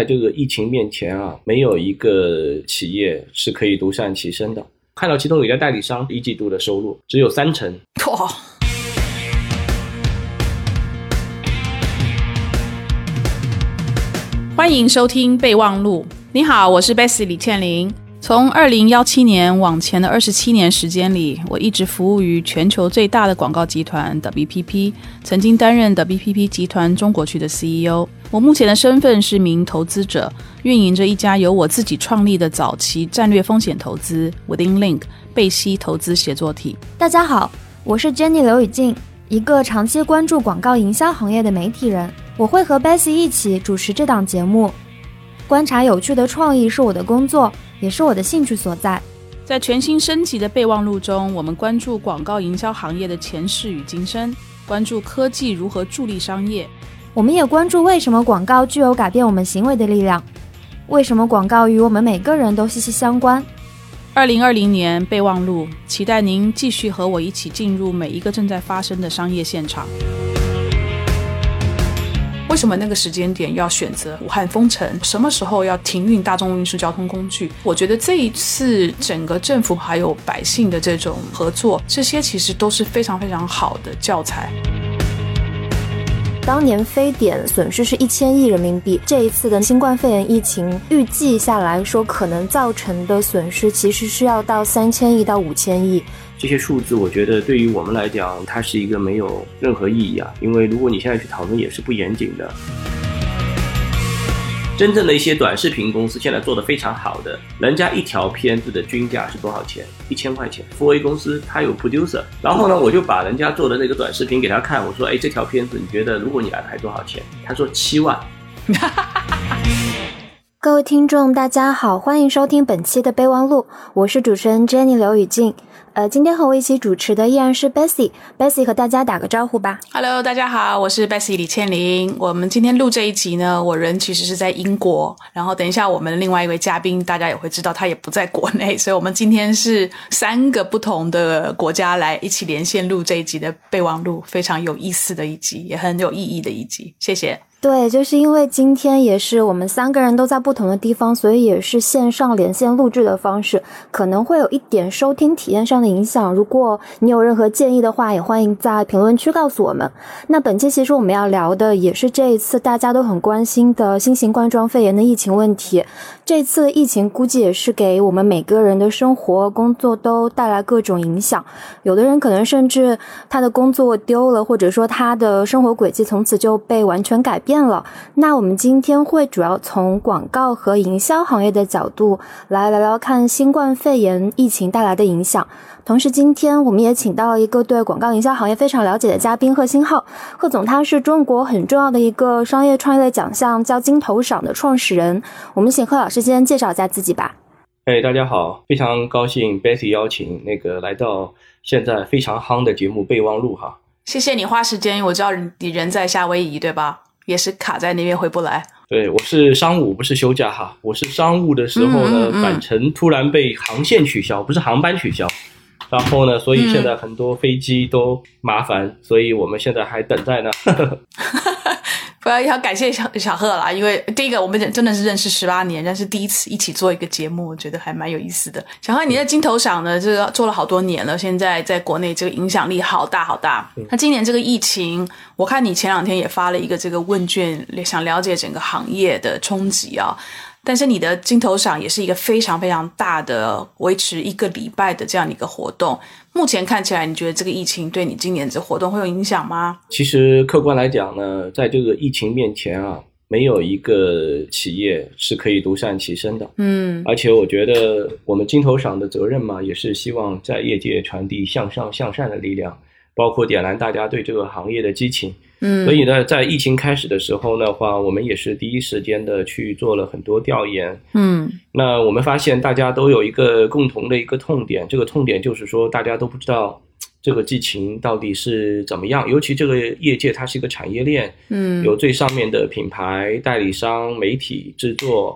在这个疫情面前啊，没有一个企业是可以独善其身的。看到其中有一家代理商一季度的收入只有30%。 哇！欢迎收听备忘录。你好，我是 Bessie 李倩玲。从2017年往前的27年时间里，我一直服务于全球最大的广告集团 WPP， 曾经担任 WPP 集团中国区的 CEO。 我目前的身份是名投资者，运营着一家由我自己创立的早期战略风险投资 Within Link 贝西投资协作体。 大家好，我是 Jenny 刘宇静，一个长期关注广告营销行业的媒体人。我会和 Bessie 一起主持这档节目。观察有趣的创意是我的工作，也是我的兴趣所在。 在全新升级的备忘录中，我们关注广告营销行业的前世与今生，关注科技如何助力商业。 我们也关注为什么广告具有改变我们行为的力量，为什么广告与我们每个人都息息相关。 2020年备忘录，期待您继续和我一起进入每一个正在发生的商业现场。为什么那个时间点要选择武汉封城？什么时候要停运大众运输交通工具？我觉得这一次整个政府还有百姓的这种合作，这些其实都是非常非常好的教材。 当年非典损失是1000亿人民币，这一次的新冠肺炎疫情预计下来说可能造成的损失其实是要到3000亿到5000亿。 这些数字我觉得对于我们来讲它是一个没有任何意义啊，因为如果你现在去讨论也是不严谨的。真正的一些短视频公司现在做得非常好的，人家一条片子的均价是多少钱？1000块钱。4A 公司它有 producer， 然后呢我就把人家做的那个短视频给他看，我说这条片子你觉得如果你来拍多少钱？他说7万。 各位听众大家好，欢迎收听本期的备忘录，我是主持人 Jenny 刘宇静。今天和我一起主持的依然是 Bessie 和大家打个招呼吧。 Hello， 大家好，我是 Bessie 李倩玲。我们今天录这一集呢，我人其实是在英国，然后等一下我们另外一位嘉宾大家也会知道他也不在国内，所以我们今天是3个不同的国家来一起连线录这一集的备忘录，非常有意思的一集，也很有意义的一集，谢谢。 对，就是因为今天也是我们3个人都在不同的地方，所以也是线上连线录制的方式，可能会有一点收听体验上的影响。如果你有任何建议的话，也欢迎在评论区告诉我们。那本期其实我们要聊的也是这一次大家都很关心的新型冠状肺炎的疫情问题。这次的疫情估计也是给我们每个人的生活工作都带来各种影响，有的人可能甚至他的工作丢了，或者说他的生活轨迹从此就被完全改变了。那我们今天会主要从广告和营销行业的角度来聊聊看新冠肺炎疫情带来的影响。同时今天我们也请到了一个对广告营销行业非常了解的嘉宾贺新浩。贺总他是中国很重要的一个商业创业类奖项叫金头赏的创始人。我们请贺老师先介绍一下自己吧。 大家好，非常高兴 Bessie 邀请来到现在非常夯的节目备忘录哈。 谢谢你花时间，我知道你人在夏威夷对吧？也是卡在那边回不来。 对，我是商务不是休假哈。我是商务的时候呢，返程突然被航线取消，不是航班取消，然后呢所以现在很多飞机都麻烦，所以我们现在还等在那。 不要感谢小贺啦，因为第一个我们真的是认识18年，但是第一次一起做一个节目，我觉得还蛮有意思的。小贺，你在金头赏呢，这个做了好多年了，现在在国内这个影响力好大好大。那今年这个疫情，我看你前2天也发了一个这个问卷，想了解整个行业的冲击啊。但是你的金头赏也是一个非常非常大的维持1个礼拜的这样的一个活动，目前看起来你觉得这个疫情对你今年这活动会有影响吗？ 其实客观来讲呢，在这个疫情面前啊，没有一个企业是可以独善其身的。而且我觉得我们金头赏的责任嘛，也是希望在业界传递向上向善的力量，包括点燃大家对这个行业的激情。所以呢，在疫情开始的时候的话，我们也是第一时间的去做了很多调研。那我们发现大家都有一个共同的一个痛点，这个痛点就是说大家都不知道这个疫情到底是怎么样，尤其这个业界它是一个产业链，有最上面的品牌、代理商、媒体、制作，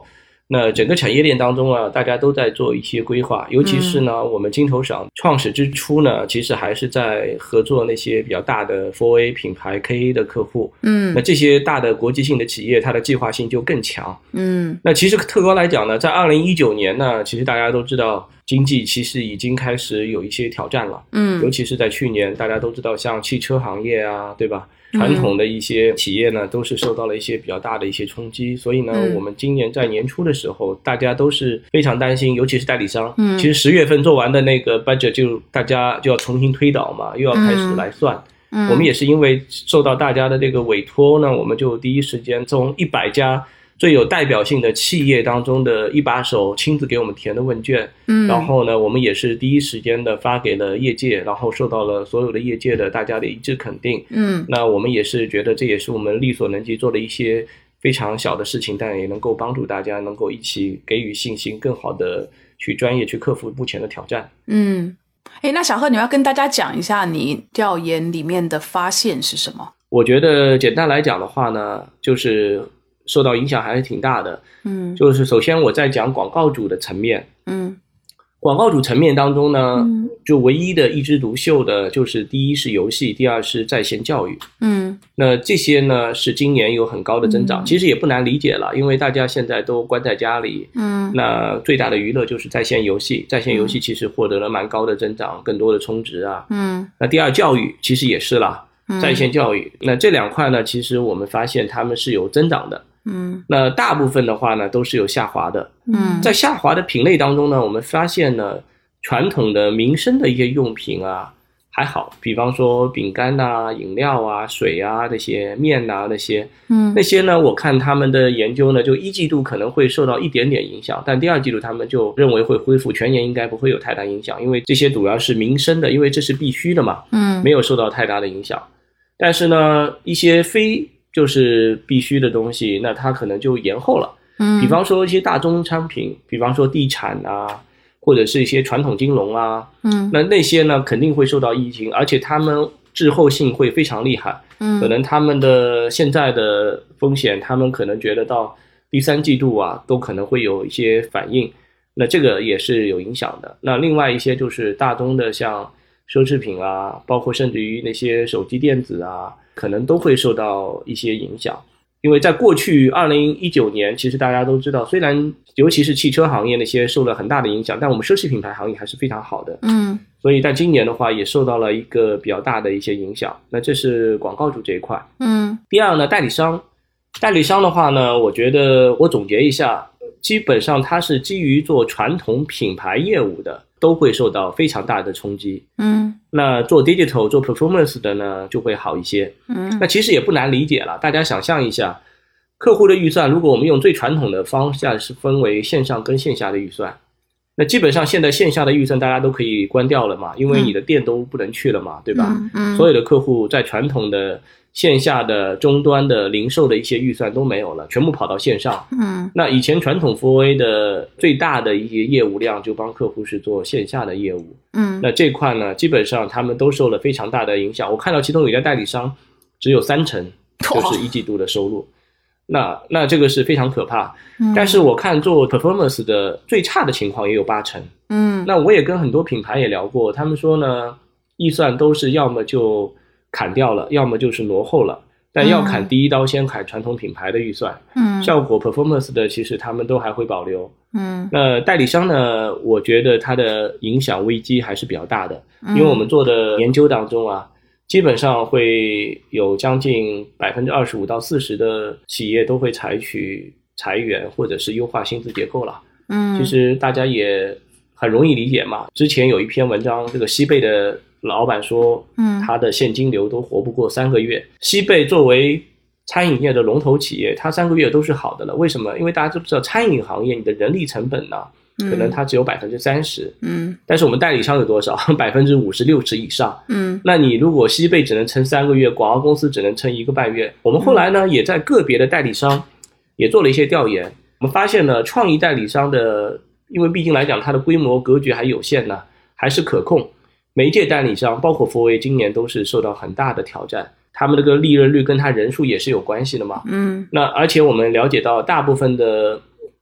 那整个产业链当中啊，大家都在做一些规划，尤其是呢，我们金投赏创始之初呢，其实还是在合作那些比较大的 4A 品牌 KA 的客户。那这些大的国际性的企业，它的计划性就更强。那其实特高来讲呢，在2019年呢，其实大家都知道经济其实已经开始有一些挑战了。尤其是在去年，大家都知道像汽车行业啊，对吧？传统的一些企业呢，都是受到了一些比较大的一些冲击，所以呢，我们今年在年初的时候，大家都是非常担心，尤其是代理商。其实10月份做完的那个 budget 就大家就要重新推导嘛，又要开始来算。我们也是因为受到大家的这个委托呢，我们就第一时间从100家最有代表性的企业当中的一把手亲自给我们填的问卷，然后呢，我们也是第一时间的发给了业界，然后受到了所有的业界的大家的一致肯定。那我们也是觉得这也是我们力所能及做的一些非常小的事情，但也能够帮助大家能够一起给予信心，更好的去专业去克服目前的挑战。 那小贺，你要跟大家讲一下你调研里面的发现是什么？ 我觉得简单来讲的话呢，就是受到影响还是挺大的。就是首先我在讲广告主的层面。广告主层面当中呢，就唯一的一枝独秀的就是第一是游戏，第二是在线教育。那这些呢是今年有很高的增长，其实也不难理解了，因为大家现在都关在家里。那最大的娱乐就是在线游戏，在线游戏其实获得了蛮高的增长，更多的充值啊。那第二教育其实也是啦，在线教育。那这两块呢，其实我们发现他们是有增长的。那大部分的话呢都是有下滑的。在下滑的品类当中呢，我们发现呢，传统的民生的一些用品啊还好，比方说饼干啊、饮料啊、水啊这些面啊那些。那些呢，我看他们的研究呢，就1季度可能会受到一点点影响，但第2季度他们就认为会恢复，全年应该不会有太大影响，因为这些主要是民生的，因为这是必须的嘛。没有受到太大的影响。但是呢，一些非就是必须的东西，那它可能就延后了。比方说一些大宗商品，比方说地产啊，或者是一些传统金融啊。那些呢肯定会受到疫情，而且他们滞后性会非常厉害。可能他们的现在的风险，他们可能觉得到第3季度啊都可能会有一些反应，那这个也是有影响的。那另外一些就是大宗的像奢侈品啊，包括甚至于那些手机电子啊，可能都会受到一些影响。因为在过去2019年，其实大家都知道，虽然尤其是汽车行业那些受了很大的影响，但我们奢侈品牌行业还是非常好的。所以在今年的话也受到了一个比较大的一些影响。那这是广告主这一块。第二呢，代理商的话呢，我觉得我总结一下，基本上它是基于做传统品牌业务的，都会受到非常大的冲击。那做 digital 做 performance 的呢就会好一些。那其实也不难理解了，大家想象一下，客户的预算，如果我们用最传统的方向是分为线上跟线下的预算，那基本上现在线下的预算大家都可以关掉了嘛，因为你的店都不能去了嘛，对吧？所有的客户在传统的线下的终端的零售的一些预算都没有了，全部跑到线上。那以前传统 4A 的最大的一些业务量就帮客户是做线下的业务。那这块呢，基本上他们都受了非常大的影响。我看到其中有一家代理商只有30%就是1季度的收入。那这个是非常可怕。但是我看做 performance 的最差的情况也有80%。那我也跟很多品牌也聊过，他们说呢，预算都是要么就砍掉了，要么就是挪后了，但要砍第一刀先砍传统品牌的预算。效果 performance 的其实他们都还会保留。那代理商呢，我觉得它的影响危机还是比较大的。因为我们做的研究当中啊，基本上会有将近25%到40%的企业都会采取裁员或者是优化薪资结构了。其实大家也很容易理解嘛。之前有一篇文章，这个西贝的老板说，他的现金流都活不过3个月。西贝作为餐饮业的龙头企业，它3个月都是好的了。为什么？因为大家都知道餐饮行业你的人力成本呢，可能它只有30%。但是我们代理商有多少？50%、60%以上。那你如果西贝只能撑3个月，广告公司只能撑1个半月。我们后来呢，也在个别的代理商也做了一些调研，我们发现呢，创意代理商的，因为毕竟来讲它的规模格局还有限呢，还是可控。媒介代理商包括 4A 今年都是受到很大的挑战，他们这个利润率跟它人数也是有关系的嘛。那而且我们了解到大部分的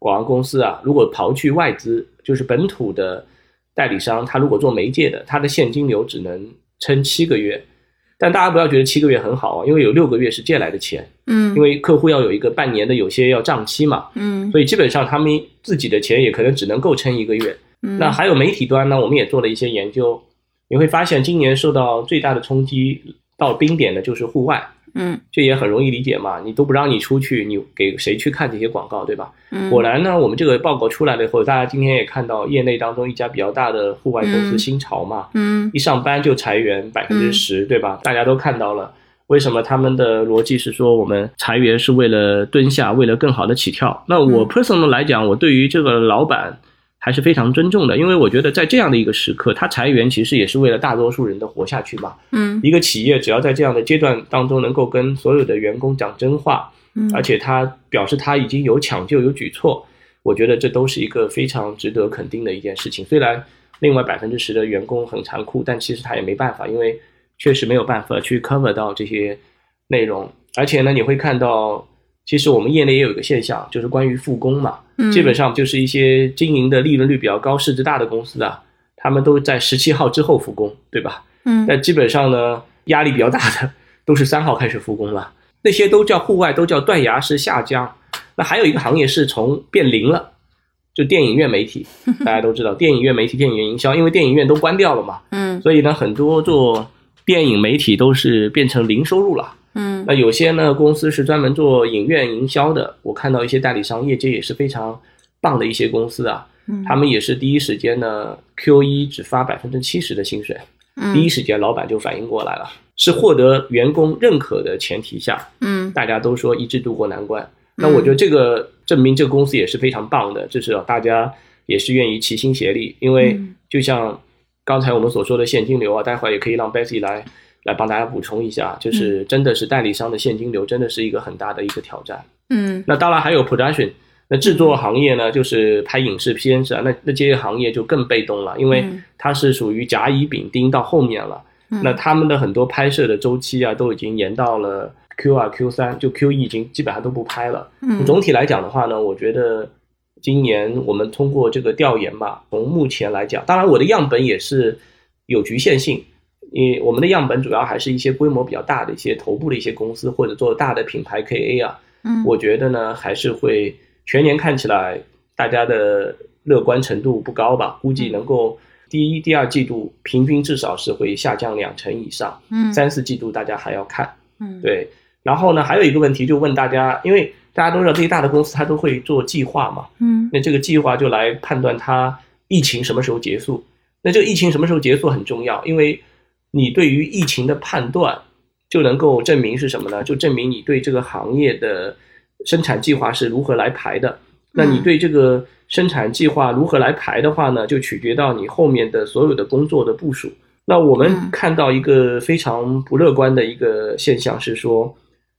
广告公司啊，如果刨去外资，就是本土的代理商，他如果做媒介的，他的现金流只能撑7个月。但大家不要觉得7个月很好，因为有6个月是借来的钱，因为客户要有一个半年的有些要账期嘛，所以基本上他们自己的钱也可能只能够撑1个月。那还有媒体端呢，我们也做了一些研究，你会发现今年受到最大的冲击到冰点的就是户外，这也很容易理解嘛，你都不让你出去，你给谁去看这些广告，对吧？果然呢，我们这个报告出来了以后，大家今天也看到业内当中一家比较大的户外公司新潮嘛，一上班就裁员10%，对吧？大家都看到了，为什么他们的逻辑是说我们裁员是为了蹲下，为了更好的起跳。那我 personal 来讲，我对于这个老板还是非常尊重的，因为我觉得在这样的一个时刻，他裁员其实也是为了大多数人的活下去嘛。一个企业只要在这样的阶段当中能够跟所有的员工讲真话，而且他表示他已经有抢救有举措，我觉得这都是一个非常值得肯定的一件事情。虽然另外 10% 的员工很残酷，但其实他也没办法，因为确实没有办法去 cover 到这些内容。而且呢，你会看到其实我们业内也有一个现象，就是关于复工嘛，基本上就是一些经营的利润率比较高、市值大的公司啊，他们都在17号之后复工，对吧？但基本上呢，压力比较大的都是3号开始复工了，那些都叫户外，都叫断崖式下降。那还有一个行业是从变零了，就电影院媒体，大家都知道电影院媒体、电影院营销，因为电影院都关掉了嘛，所以呢，很多做电影媒体都是变成零收入了。那有些呢公司是专门做影院营销的，我看到一些代理商业界也是非常棒的一些公司啊，他们也是第一时间呢 Q1 只发 70% 的薪水，第一时间老板就反应过来了，是获得员工认可的前提下，大家都说一致度过难关。那我觉得这个证明这个公司也是非常棒的，至少大家也是愿意齐心协力，因为就像刚才我们所说的现金流啊，待会儿也可以让 Betsy 来帮大家补充一下，就是真的是代理商的现金流真的是一个很大的一个挑战。那当然还有 production， 那制作行业呢，就是拍影视片是啊，那这些行业就更被动了，因为它是属于甲乙丙丁到后面了，那他们的很多拍摄的周期啊都已经延到了 Q2 Q3， 就 Q1 已经基本上都不拍了。总体来讲的话呢，我觉得今年我们通过这个调研吧，从目前来讲，当然我的样本也是有局限性，因为我们的样本主要还是一些规模比较大的一些头部的一些公司，或者做大的品牌 KA 啊，我觉得呢还是会全年看起来大家的乐观程度不高吧，估计能够第一、第二季度平均至少是会下降2成以上，3、4季度大家还要看，对。然后呢，还有一个问题就问大家，因为大家都知道这些大的公司它都会做计划嘛，那这个计划就来判断它疫情什么时候结束。那这个疫情什么时候结束很重要，因为你对于疫情的判断就能够证明是什么呢？就证明你对这个行业的生产计划是如何来排的。那你对这个生产计划如何来排的话呢，就取决到你后面的所有的工作的部署。那我们看到一个非常不乐观的一个现象是说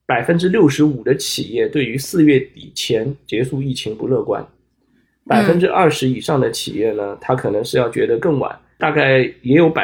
，65%的企业对于4月底前结束疫情不乐观，20%以上的企业呢，它可能是要觉得更晚，大概也有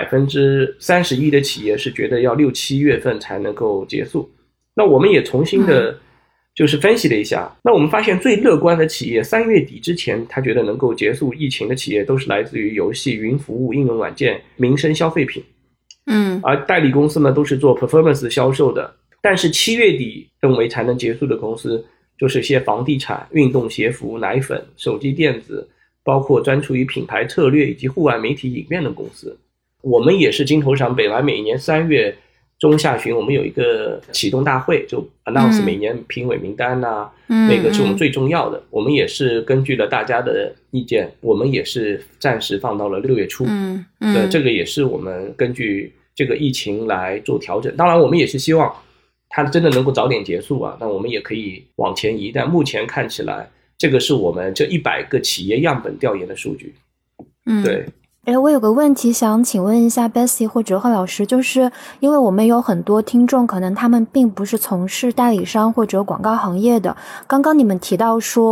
31%的企业是觉得要6、7月份才能够结束。那我们也重新的就是分析了一下，那我们发现最乐观的企业3月底之前他觉得能够结束疫情的企业都是来自于游戏、云服务、应用软件、民生消费品，而代理公司呢都是做 performance 销售的。但是7月底认为才能结束的公司就是一些房地产、运动鞋服、奶粉、手机电子，包括专注于品牌策略以及户外媒体影院的公司。我们也是金投赏本来每年3月中下旬我们有一个启动大会，就 announce 每年评委名单啊，那个是我们最重要的。我们也是根据了大家的意见，我们也是暂时放到了6月初。这个也是我们根据这个疫情来做调整。当然我们也是希望它真的能够早点结束啊，那我们也可以往前移，但目前看起来这个是我们这100个企业样本调研的数据。对。 我有个问题想请问一下 Betsy 或者贺老师，就是因为我们有很多听众可能他们并不是从事代理商或者广告行业的，刚刚你们提到说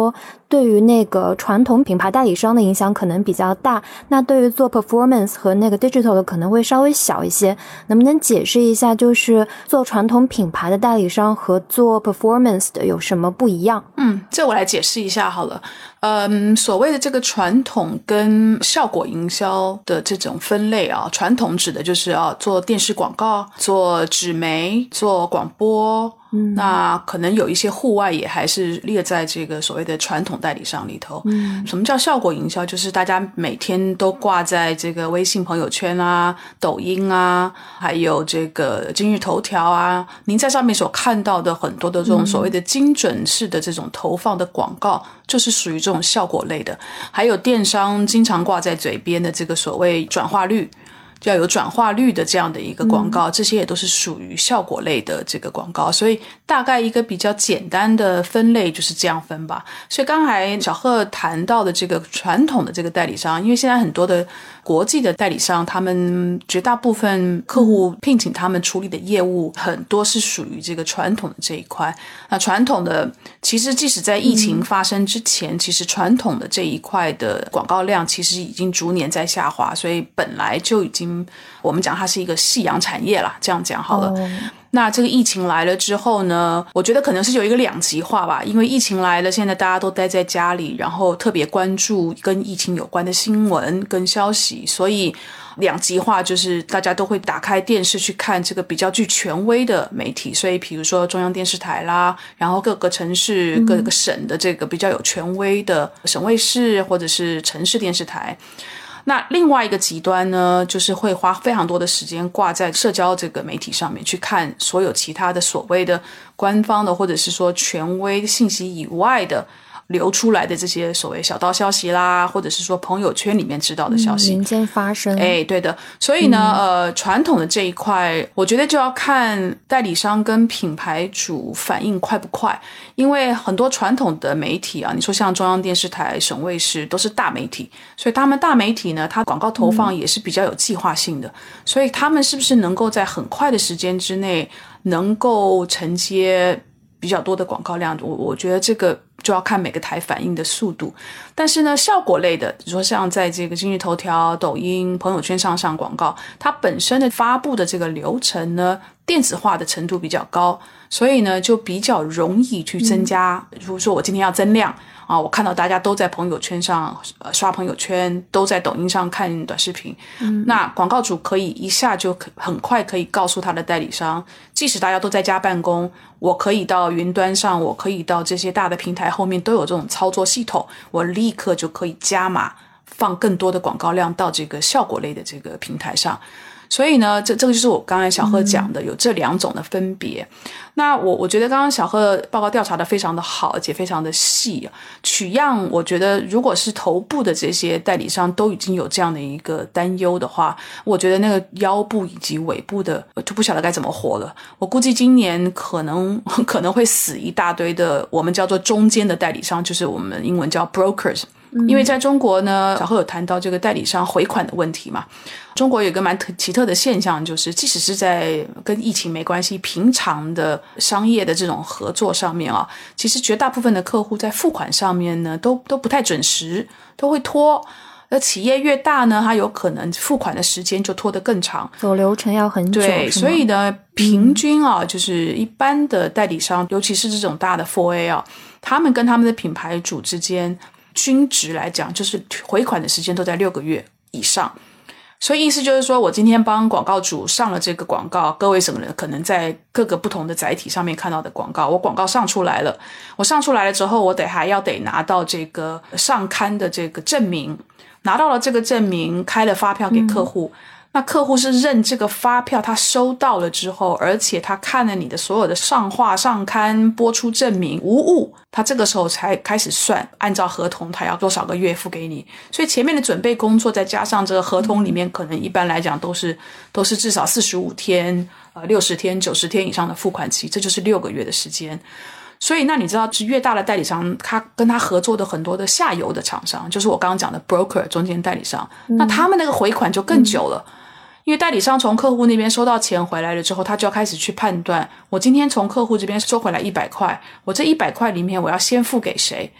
对于那个传统品牌代理商的影响可能比较大，那对于做 performance 和那个 digital 的可能会稍微小一些。能不能解释一下，就是做传统品牌的代理商和做 performance 的有什么不一样？ 这我来解释一下好了。所谓的这个传统跟效果营销的这种分类啊，传统指的就是做电视广告、做纸媒、做广播，那可能有一些户外也还是列在这个所谓的传统代理商里头。什么叫效果营销？就是大家每天都挂在这个微信朋友圈啊、抖音啊，还有这个今日头条啊，您在上面所看到的很多的这种所谓的精准式的这种投放的广告，就是属于这种效果类的。还有电商经常挂在嘴边的这个所谓转化率，就要有转化率的这样的一个广告，这些也都是属于效果类的这个广告。所以大概一个比较简单的分类就是这样分吧。所以刚才小贺谈到的这个传统的这个代理商，因为现在很多的国际的代理商，他们绝大部分客户聘请他们处理的业务很多是属于这个传统的这一块。那传统的其实即使在疫情发生之前，其实传统的这一块的广告量其实已经逐年在下滑，所以本来就已经我们讲它是一个夕阳产业啦，这样讲好了。那这个疫情来了之后呢，我觉得可能是有一个两极化吧，因为疫情来了，现在大家都待在家里，然后特别关注跟疫情有关的新闻跟消息，所以两极化就是大家都会打开电视去看这个比较具权威的媒体，所以比如说中央电视台啦，然后各个城市各个省的这个比较有权威的省卫视或者是城市电视台。那另外一个极端呢，就是会花非常多的时间挂在社交这个媒体上面去看所有其他的所谓的官方的或者是说权威信息以外的流出来的这些所谓小道消息啦，或者是说朋友圈里面知道的消息， 民间发生。 对的。所以呢，传统的这一块，我觉得就要看代理商跟品牌主反应快不快。因为很多传统的媒体啊，你说像中央电视台、省卫视都是大媒体，所以他们大媒体呢，它广告投放也是比较有计划性的，所以他们是不是能够在很快的时间之内能够承接比较多的广告量，我觉得这个就要看每个台反应的速度。但是呢，效果类的，比如说像在这个今日头条、抖音、朋友圈上广告，它本身的发布的这个流程呢，电子化的程度比较高，所以呢就比较容易去增加。如果说我今天要增量啊，我看到大家都在朋友圈上刷朋友圈，都在抖音上看短视频，那广告主可以一下就很快可以告诉他的代理商，即使大家都在家办公，我可以到云端上，我可以到这些大的平台后面都有这种操作系统，我立刻就可以加码放更多的广告量到这个效果类的这个平台上。所以呢，这个就是我刚才小贺讲的，有这两种的分别。那我觉得刚刚小贺报告调查的非常的好，而且非常的细，取样我觉得如果是头部的这些代理商都已经有这样的一个担忧的话，我觉得那个腰部以及尾部的就不晓得该怎么活了。我估计今年可能会死一大堆的我们叫做中间的代理商，就是我们英文叫 brokers。因为在中国呢，小贺有谈到这个代理商回款的问题嘛。中国有一个蛮奇特的现象，就是即使是在跟疫情没关系平常的商业的这种合作上面啊，其实绝大部分的客户在付款上面呢都不太准时，都会拖。而企业越大呢，它有可能付款的时间就拖得更长， 走流程要很久。 对，所以呢，平均啊，就是一般的代理商，尤其是这种大的 4A 啊，他们跟他们的品牌主之间均值来讲，就是回款的时间都在6个月以上。所以意思就是说，我今天帮广告主上了这个广告，各位省人可能在各个不同的载体上面看到的广告，我广告上出来了，我上出来了之后，我还要拿到这个上刊的这个证明，拿到了这个证明，开了发票给客户。那客户是认这个发票他收到了之后，而且他看了你的所有的上画、上刊、播出证明无误，他这个时候才开始算，按照合同他要多少个月付给你。所以前面的准备工作再加上这个合同里面可能一般来讲都是至少45天、60天、90天以上的付款期，这就是6个月的时间。所以那你知道是越大的代理商，他跟他合作的很多的下游的厂商，就是我刚刚讲的 broker 中间代理商，那他们那个回款就更久了。因为代理商从客户那边收到钱回来了之后，他就要开始去判断，我今天从客户这边收回来100块，我这100块里面我要先付给谁。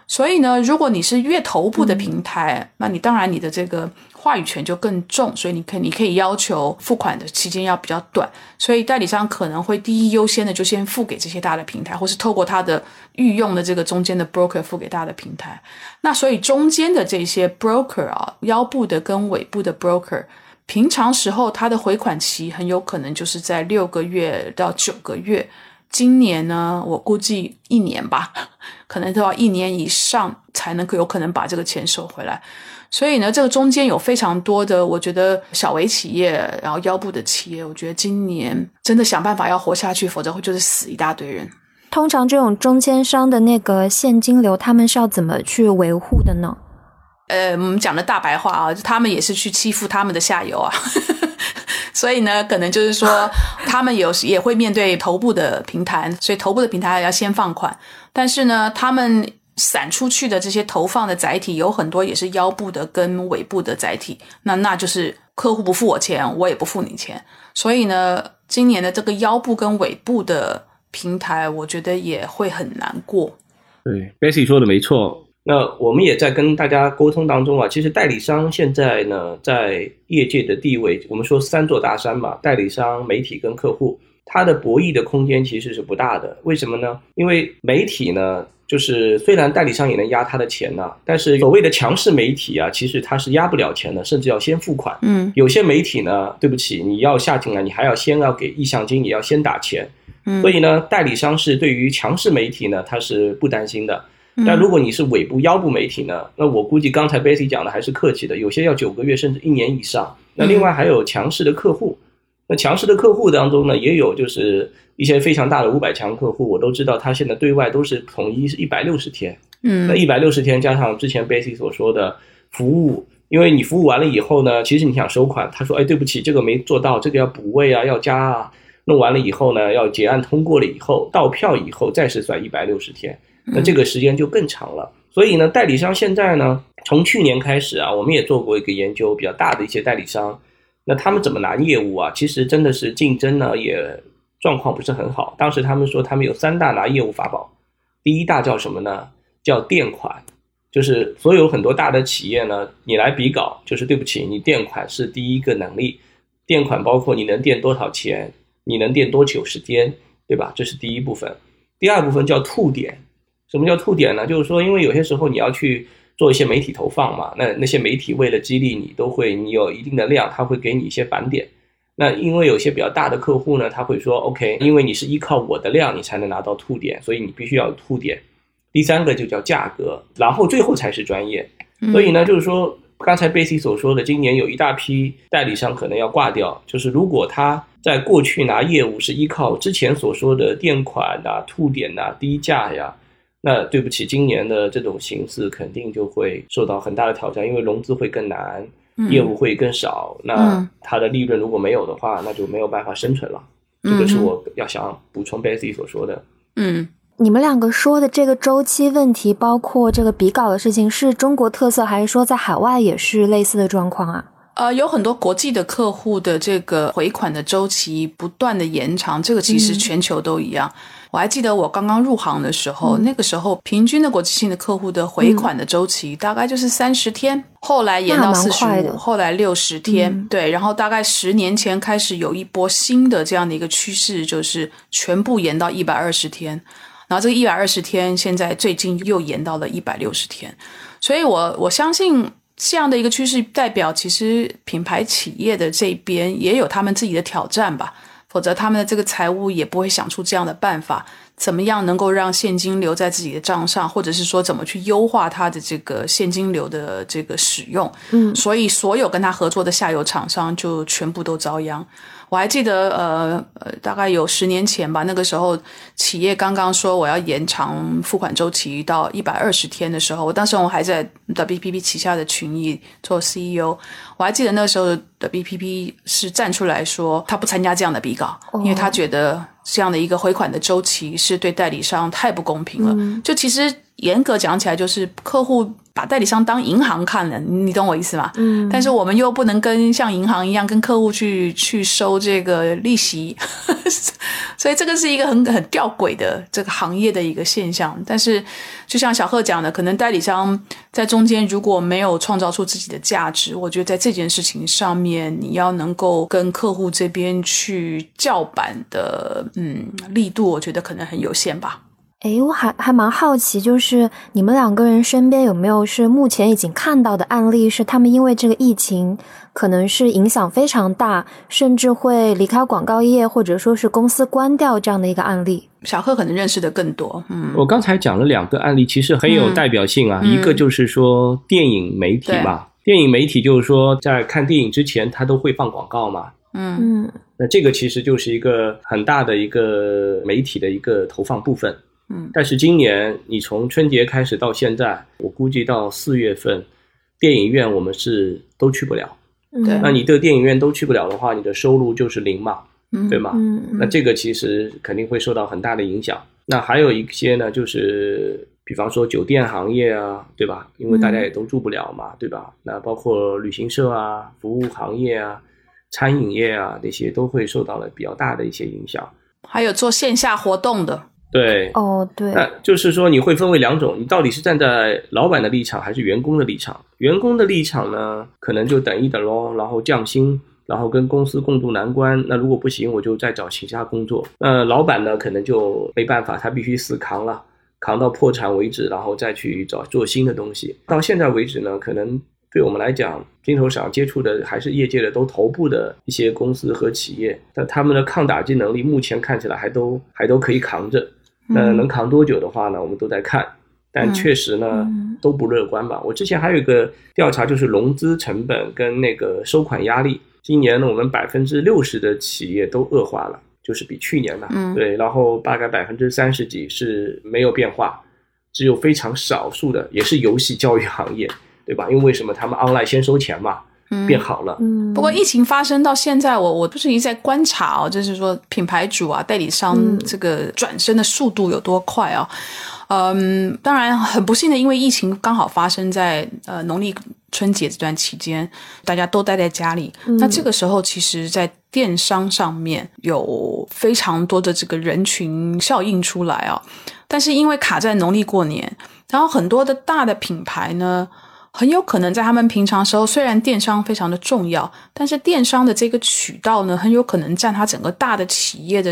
所以呢，如果你是越头部的平台，那你当然你的这个话语权就更重，所以你可以要求付款的期间要比较短，所以代理商可能会第一优先的就先付给这些大的平台，或是透过他的御用的这个中间的 broker 付给大的平台。那所以中间的这些 broker 啊，腰部的跟尾部的 broker， 平常时候他的回款期很有可能就是在6个月到9个月。今年呢，我估计1年吧，可能都要1年以上才能有可能把这个钱收回来。所以呢，这个中间有非常多的，我觉得小微企业，然后腰部的企业，我觉得今年真的想办法要活下去，否则会就是死一大堆人。 通常这种中间商的那个现金流，他们是要怎么去维护的呢？ 我们讲的大白话啊，他们也是去欺负他们的下游啊。所以呢，可能就是说他们也会面对头部的平台，所以头部的平台要先放款，但是呢，他们散出去的这些投放的载体有很多也是腰部的跟尾部的载体，那就是客户不付我钱，我也不付你钱。所以呢，今年的这个腰部跟尾部的平台，我觉得也会很难过。 对 Bessy 说的没错。那我们也在跟大家沟通当中啊，其实代理商现在呢，在业界的地位，我们说3座大山嘛，代理商、媒体跟客户，它的博弈的空间其实是不大的。为什么呢？因为媒体呢，就是虽然代理商也能压他的钱啊，但是所谓的强势媒体啊，其实他是压不了钱的，甚至要先付款。有些媒体呢，对不起，你要下进来，你还要先要给意向金，也要先打钱。所以呢，代理商是对于强势媒体呢，他是不担心的。但如果你是尾部腰部媒体呢，那我估计刚才 Bessy 讲的还是客气的，有些要9个月甚至1年以上。那另外还有强势的客户，那强势的客户当中呢，也有就是一些非常大的500强客户，我都知道他现在对外都是统一是160天。那160天加上之前 Bessy 所说的服务，因为你服务完了以后呢，其实你想收款，他说对不起，这个没做到，这个要补位啊，要加啊，弄完了以后呢，要结案通过了以后，到票以后再是算160天。那这个时间就更长了。所以呢，代理商现在呢，从去年开始啊，我们也做过一个研究，比较大的一些代理商，那他们怎么拿业务啊，其实真的是竞争呢也状况不是很好。当时他们说他们有3大拿业务法宝，第一大叫什么呢？叫垫款，就是所有很多大的企业呢，你来比稿，就是对不起，你垫款是第一个能力，垫款包括你能垫多少钱，你能垫多久时间，对吧？这是第一部分。第二部分叫吐点。什么叫吐点呢？就是说因为有些时候你要去做一些媒体投放嘛，那些媒体为了激励你，你有一定的量，他会给你一些返点。那因为有些比较大的客户呢，他会说 OK， 因为你是依靠我的量你才能拿到吐点，所以你必须要有吐点。第3个就叫价格，然后最后才是专业。所以呢，就是说刚才 Bessy 所说的，今年有一大批代理商可能要挂掉，就是如果他在过去拿业务是依靠之前所说的垫款啊、吐点啊、低价呀，那对不起，今年的这种形式肯定就会受到很大的挑战，因为融资会更难，业务会更少，那它的利润如果没有的话，那就没有办法生存了。这个是我要想补充 Bessy 所说的。 你们2个说的这个周期问题，包括这个比稿的事情，是中国特色，还是说在海外也是类似的状况啊？ 有很多国际的客户的这个回款的周期不断的延长，这个其实全球都一样。我还记得我刚刚入行的时候，那个时候平均的国际性的客户的回款的周期大概就是30天，后来延到45，后来60天。对，然后大概10年前开始有一波新的这样的一个趋势，就是全部延到120天。然后这个120天现在最近又延到了160天。所以我相信这样的一个趋势代表其实品牌企业的这边也有他们自己的挑战吧，否则他们的这个财务也不会想出这样的办法，怎么样能够让现金流在自己的账上，或者是说怎么去优化它的这个现金流的这个使用。所以所有跟他合作的下游厂商就全部都遭殃。我还记得大概有10年前吧，那个时候企业刚刚说我要延长付款周期到120天的时候，当时我还在 WPP 旗下的群益做 CEO， 我还记得那个时候 WPP 是站出来说他不参加这样的比稿，因为他觉得这样的一个回款的周期是对代理商太不公平了。就其实严格讲起来，就是客户把代理商当银行看了，你懂我意思吗？但是我们又不能跟像银行一样跟客户去收这个利息所以这个是一个很吊诡的这个行业的一个现象。但是就像小贺讲的，可能代理商在中间如果没有创造出自己的价值，我觉得在这件事情上面你要能够跟客户这边去叫板的力度，我觉得可能很有限吧。 我还蛮好奇，就是你们两个人身边有没有是目前已经看到的案例，是他们因为这个疫情可能是影响非常大，甚至会离开广告业，或者说是公司关掉这样的一个案例？ 小贺可能认识的更多。 我刚才讲了2个案例，其实很有代表性啊。一个就是说电影媒体嘛，电影媒体就是说在看电影之前他都会放广告嘛。那这个其实就是一个很大的一个媒体的一个投放部分。但是今年你从春节开始到现在，我估计到4月份电影院我们是都去不了。那你的电影院都去不了的话，你的收入就是0嘛，对吗？那这个其实肯定会受到很大的影响。那还有一些呢，就是比方说酒店行业啊，对吧？因为大家也都住不了嘛，对吧？那包括旅行社啊、服务行业啊、餐饮业啊，这些都会受到了比较大的一些影响。 还有做线下活动的。 对， 对， 那就是说你会分为2种，你到底是站在老板的立场还是员工的立场？员工的立场呢，可能就等一等咯，然后降薪，然后跟公司共度难关，那如果不行我就再找其他工作。那老板呢，可能就没办法，他必须死扛了，扛到破产为止，然后再去做新的东西。到现在为止呢，可能对我们来讲，金投赏接触的还是业界的都头部的一些公司和企业，但他们的抗打击能力目前看起来还都可以扛着。能扛多久的话呢，我们都在看，但确实呢都不乐观吧。我之前还有一个调查，就是融资成本跟那个收款压力，今年呢我们60%的企业都恶化了，就是比去年呢，对，然后大概30%几是没有变化，只有非常少数的也是游戏教育行业，对吧？因为什么？他们 online 先收钱嘛，变好了。 不过疫情发生到现在，我就是一直在观察就是说品牌主啊、代理商这个转身的速度有多快啊。当然很不幸的，因为疫情刚好发生在农历春节这段期间，大家都待在家里。那这个时候其实在电商上面有非常多的这个人群效应出来啊。但是因为卡在农历过年，然后很多的大的品牌呢，很有可能在他们平常时候，虽然电商非常的重要，但是电商的这个渠道呢，很有可能占它整个大的企业的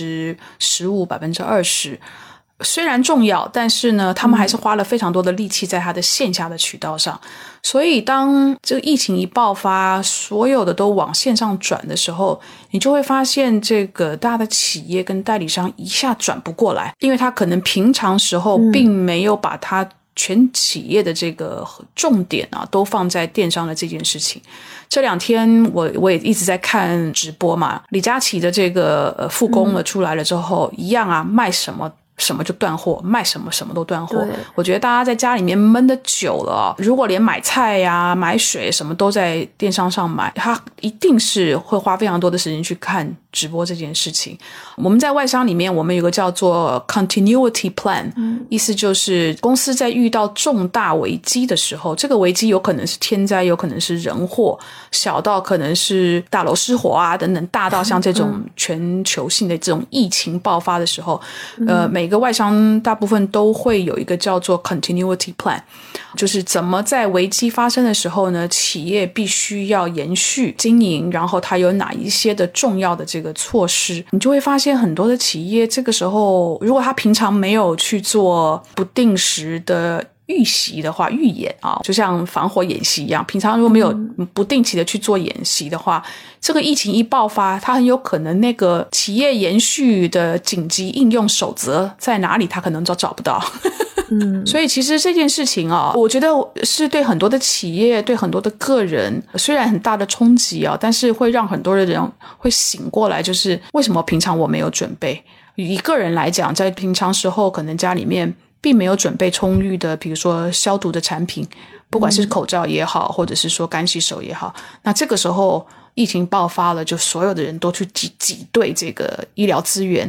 15%、20%。虽然重要，但是呢，他们还是花了非常多的力气在它的线下的渠道上。所以当这个疫情一爆发，所有的都往线上转的时候，你就会发现这个大的企业跟代理商一下转不过来，因为他可能平常时候并没有把它全企业的这个重点啊都放在电商的这件事情。这2天我也一直在看直播嘛，李佳琦的这个复工了出来了之后，一样啊，卖什么就断货，卖什么都断货。我觉得大家在家里面闷得久了，如果连买菜呀、买水什么都在电商上买，他一定是会花非常多的时间去看直播这件事情。我们在外商里面，我们有个叫做 continuity plan，意思就是公司在遇到重大危机的时候，这个危机有可能是天灾，有可能是人祸，小到可能是大楼失火啊等等，大到像这种全球性的这种疫情爆发的时候，每个外商大部分都会有一个叫做 continuity plan， 就是怎么在危机发生的时候呢，企业必须要延续经营，然后它有哪一些的重要的这个措施。你就会发现很多的企业这个时候，如果他平常没有去做不定时的预习的话，预演啊，就像防火演习一样，平常如果没有不定期的去做演习的话，这个疫情一爆发，它很有可能那个企业延续的紧急应用守则在哪里，它可能找不到。所以其实这件事情啊，我觉得是对很多的企业、对很多的个人，虽然很大的冲击啊，但是会让很多的人会醒过来，就是为什么平常我没有准备。以个人来讲，在平常时候可能家里面并没有准备充裕的，比如说消毒的产品，不管是口罩也好，或者是说干洗手也好，那这个时候疫情爆发了，就所有的人都去挤兑这个医疗资源，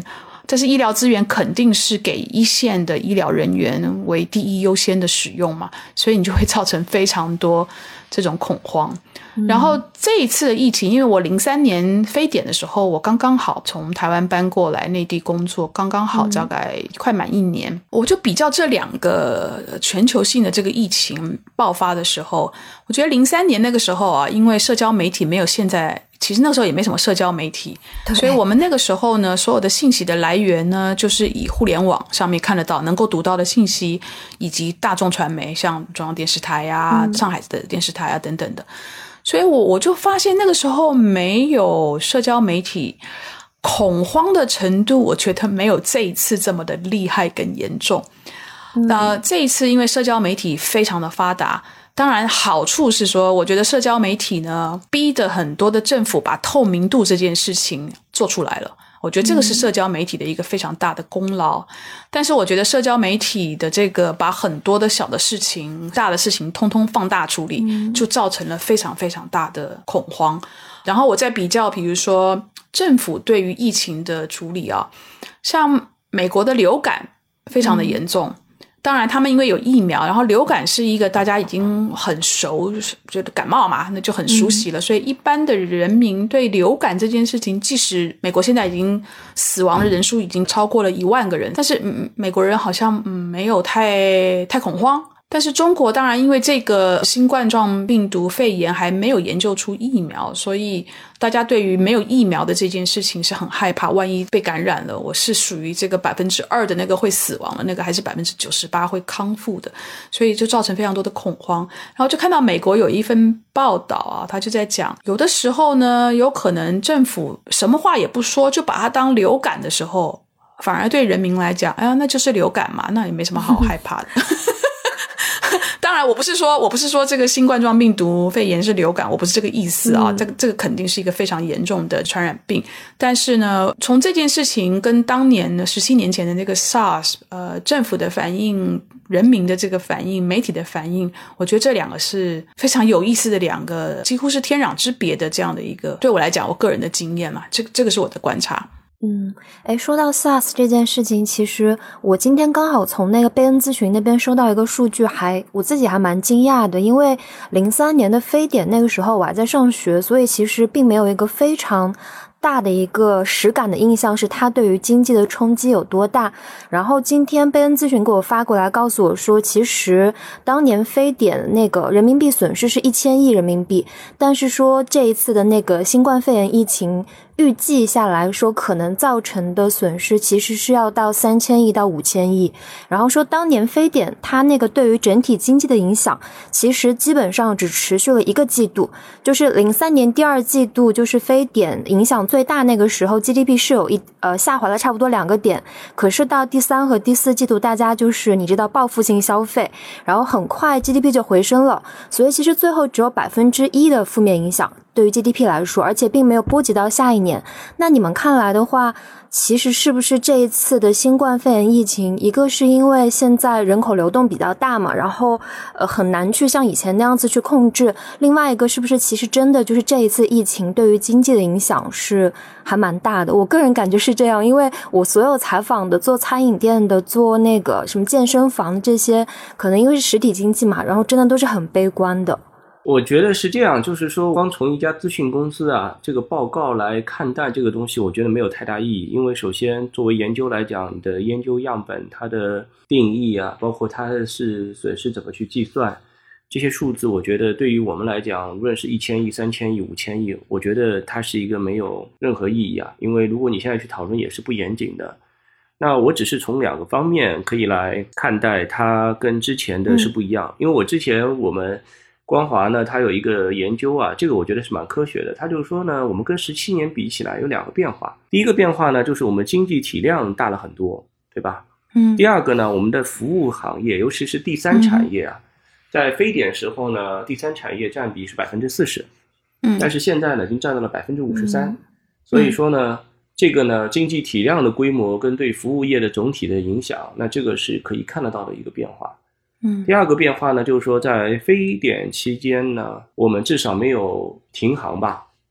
但是医疗资源肯定是给一线的医疗人员为第一优先的使用嘛，所以你就会造成非常多这种恐慌。然后这一次的疫情，因为我03年非典的时候，我刚刚好从台湾搬过来内地工作，刚刚好大概快满1年，我就比较这2个全球性的这个疫情爆发的时候，我觉得03年那个时候啊，因为社交媒体没有现在，其实那时候也没什么社交媒体，所以我们那个时候呢，所有的信息的来源呢，就是以互联网上面看得到能够读到的信息，以及大众传媒，像中央电视台啊、上海的电视台啊等等的。所以我就发现那个时候没有社交媒体，恐慌的程度我觉得没有这一次这么的厉害跟严重。这一次因为社交媒体非常的发达，当然好处是说，我觉得社交媒体呢逼得很多的政府把透明度这件事情做出来了，我觉得这个是社交媒体的一个非常大的功劳。但是我觉得社交媒体的这个把很多的小的事情、大的事情通通放大处理，就造成了非常非常大的恐慌。然后我再比较比如说政府对于疫情的处理啊，像美国的流感非常的严重，当然他们因为有疫苗，然后流感是一个大家已经很熟，觉得感冒嘛，那就很熟悉了，所以一般的人民对流感这件事情，即使美国现在已经死亡的人数已经超过了1万个人，但是美国人好像没有太恐慌。但是中国当然因为这个新冠状病毒肺炎还没有研究出疫苗，所以大家对于没有疫苗的这件事情是很害怕，万一被感染了，我是属于这个 2% 的那个会死亡的那个，还是 98% 会康复的，所以就造成非常多的恐慌。然后就看到美国有一份报道啊，他就在讲有的时候呢，有可能政府什么话也不说，就把它当流感的时候，反而对人民来讲，哎呀，那就是流感嘛，那也没什么好害怕的当然我不是说这个新冠状病毒肺炎是流感，我不是这个意思啊，这个肯定是一个非常严重的传染病。但是呢，从这件事情跟当年呢17年前的那个 SARS 政府的反应、人民的这个反应、媒体的反应，我觉得这2个是非常有意思的2个几乎是天壤之别的这样的一个，对我来讲我个人的经验嘛，这个是我的观察。 说到 SARS 这件事情，其实我今天刚好从那个贝恩咨询那边收到一个数据，我自己还蛮惊讶的，因为03年的非典那个时候我还在上学，所以其实并没有一个非常大的一个实感的印象是它对于经济的冲击有多大。然后今天贝恩咨询给我发过来告诉我说，其实当年非典那个人民币损失是1000亿人民币，但是说这一次的那个新冠肺炎疫情预计下来说可能造成的损失其实是要到3000亿到5000亿。然后说当年非典它那个对于整体经济的影响其实基本上只持续了1个季度，就是03年第2季度就是非典影响最大那个时候 GDP 是有下滑了差不多2个点，可是到第3和第4季度大家就是你知道报复性消费，然后很快 GDP 就回升了，所以其实最后只有 1% 的负面影响对于 GDP 来说，而且并没有波及到下一年。那你们看来的话，其实是不是这一次的新冠肺炎疫情，一个是因为现在人口流动比较大嘛，然后很难去像以前那样子去控制，另外一个是不是其实真的就是这一次疫情对于经济的影响是还蛮大的。我个人感觉是这样，因为我所有采访的做餐饮店的、做那个什么健身房的这些，可能因为是实体经济嘛，然后真的都是很悲观的。 我觉得是这样，就是说光从一家咨询公司啊这个报告来看待这个东西，我觉得没有太大意义。因为首先作为研究来讲，你的研究样本它的定义啊，包括它是损失怎么去计算，这些数字我觉得对于我们来讲，无论是1000亿、3000亿、5000亿，我觉得它是一个没有任何意义啊。因为如果你现在去讨论也是不严谨的。那我只是从2个方面可以来看待它跟之前的是不一样。因为我们光华呢，它有一个研究啊，这个我觉得是蛮科学的。它就是说呢，我们跟17年比起来有2个变化。第一个变化呢，就是我们经济体量大了很多，对吧？第二个呢，我们的服务行业，尤其是第3产业啊，在非典时候呢，第3产业占比是 40%，但是现在呢，已经占到了 53%。所以说呢，这个呢，经济体量的规模跟对服务业的总体的影响，那这个是可以看得到的一个变化。第二个变化呢，就是说在非典期间呢，我们至少没有停航吧，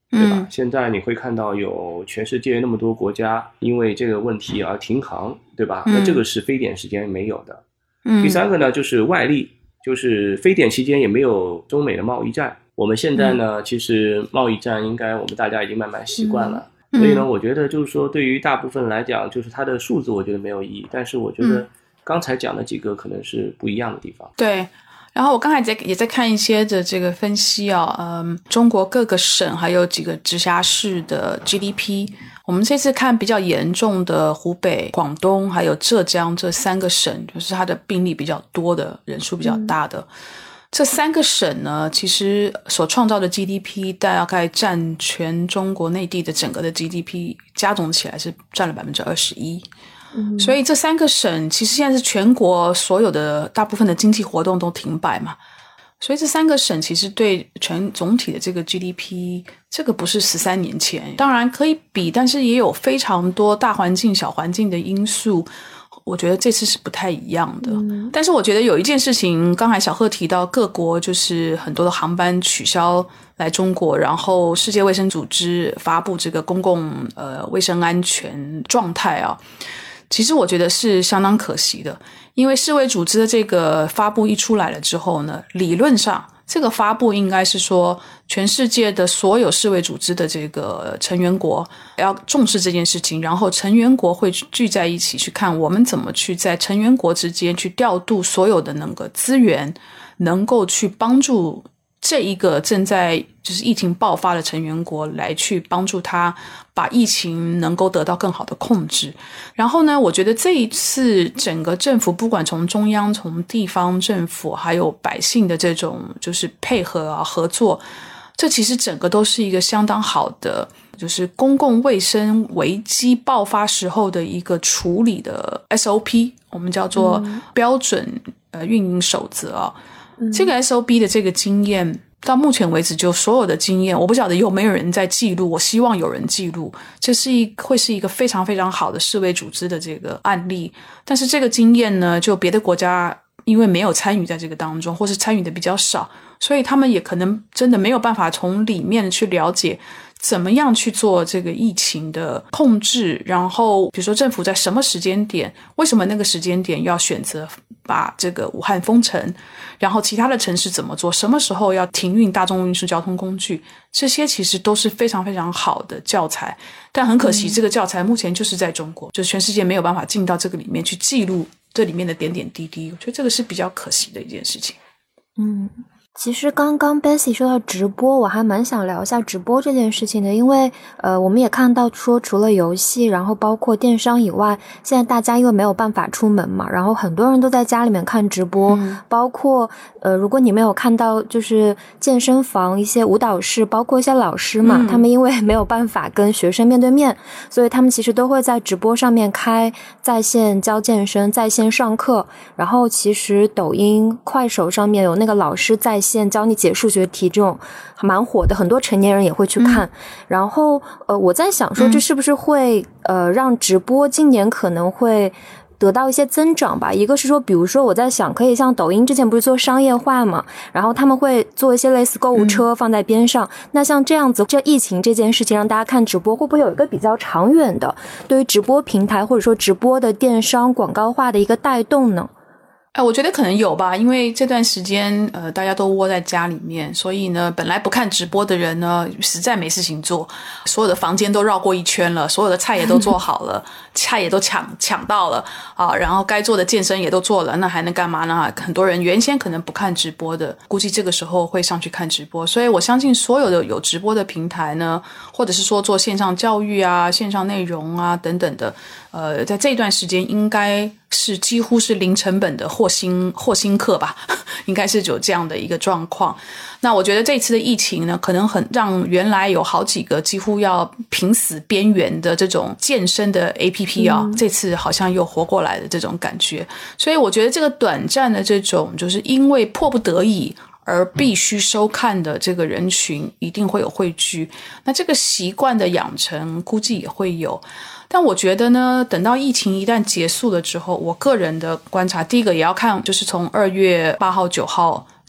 对吧？现在你会看到有全世界那么多国家因为这个问题而停航，对吧？那这个是非典时间没有的。第三个呢，就是外力，就是非典期间也没有中美的贸易战。我们现在呢，其实贸易战应该我们大家已经慢慢习惯了。所以呢，我觉得就是说，对于大部分来讲，就是它的数字我觉得没有意义，但是我觉得刚才讲的几个可能是不一样的地方。 对。然后我刚才也在看一些的这个分析啊，中国各个省还有几个直辖市的 GDP， 我们这次看比较严重的湖北、广东还有浙江这3个省，就是它的病例比较多的人数比较大的。这3个省呢，其实所创造的 GDP 大概占全中国内地的整个的 GDP 加总起来是占了 21%。所以这3个省其实现在是全国所有的大部分的经济活动都停摆嘛，所以这3个省其实对全总体的这个 GDP 这个不是13年前，当然可以比，但是也有非常多大环境小环境的因素，我觉得这次是不太一样的。但是我觉得有一件事情，刚才小贺提到各国就是很多的航班取消来中国，然后世界卫生组织发布这个公共卫生安全状态啊，其实我觉得是相当可惜的，因为世卫组织的这个发布一出来了之后呢，理论上这个发布应该是说全世界的所有世卫组织的这个成员国要重视这件事情，然后成员国会聚在一起去看我们怎么去在成员国之间去调度所有的那个资源，能够去帮助这一个正在就是疫情爆发的成员国来去帮助他把疫情能够得到更好的控制。然后呢，我觉得这一次整个政府不管从中央从地方政府还有百姓的这种就是配合啊合作，这其实整个都是一个相当好的就是公共卫生危机爆发时候的一个处理的 SOP， 我们叫做标准运营守则啊。这个 SOP 的这个经验到目前为止就所有的经验，我不晓得有没有人在记录，我希望有人记录，这是会是一个非常非常好的世卫组织的这个案例。但是这个经验呢，就别的国家因为没有参与在这个当中，或是参与的比较少，所以他们也可能真的没有办法从里面去了解怎么样去做这个疫情的控制，然后比如说政府在什么时间点，为什么那个时间点要选择把这个武汉封城，然后其他的城市怎么做，什么时候要停运大众运输交通工具，这些其实都是非常非常好的教材。但很可惜这个教材目前就是在中国，就是全世界没有办法进到这个里面去记录这里面的点点滴滴，我觉得这个是比较可惜的一件事情。 其实刚刚 Bessy 说到直播，我还蛮想聊一下直播这件事情的，因为我们也看到说除了游戏，然后包括电商以外，现在大家因为没有办法出门嘛，然后很多人都在家里面看直播，包括如果你没有看到就是健身房一些舞蹈室，包括一些老师嘛，他们因为没有办法跟学生面对面，所以他们其实都会在直播上面开在线教健身，在线上课，然后其实抖音快手上面有那个老师在线教你解数学题，这种蛮火的，很多成年人也会去看。然后我在想说这是不是会让直播今年可能会得到一些增长吧。一个是说比如说我在想可以像抖音之前不是做商业化嘛，然后他们会做一些类似购物车放在边上，那像这样子这疫情这件事情让大家看直播，会不会有一个比较长远的对于直播平台或者说直播的电商广告化的一个带动呢？ 我觉得可能有吧，因为这段时间大家都窝在家里面，所以呢本来不看直播的人呢实在没事情做，所有的房间都绕过一圈了，所有的菜也都做好了菜也都抢到了啊，然后该做的健身也都做了，那还能干嘛呢？很多人原先可能不看直播的，估计这个时候会上去看直播，所以我相信所有的有直播的平台呢，或者是说做线上教育啊线上内容啊等等的在这段时间应该是几乎是零成本的获新课吧，应该是有这样的一个状况。那我觉得这次的疫情呢，可能很让原来有好几个几乎要濒死边缘的这种健身的 APP 啊，这次好像又活过来的这种感觉。所以我觉得这个短暂的这种就是因为迫不得已而必须收看的这个人群一定会有汇聚，那这个习惯的养成估计也会有。但我觉得呢，等到疫情一旦结束了之后，我个人的观察，第一个也要看就是从2月8号9号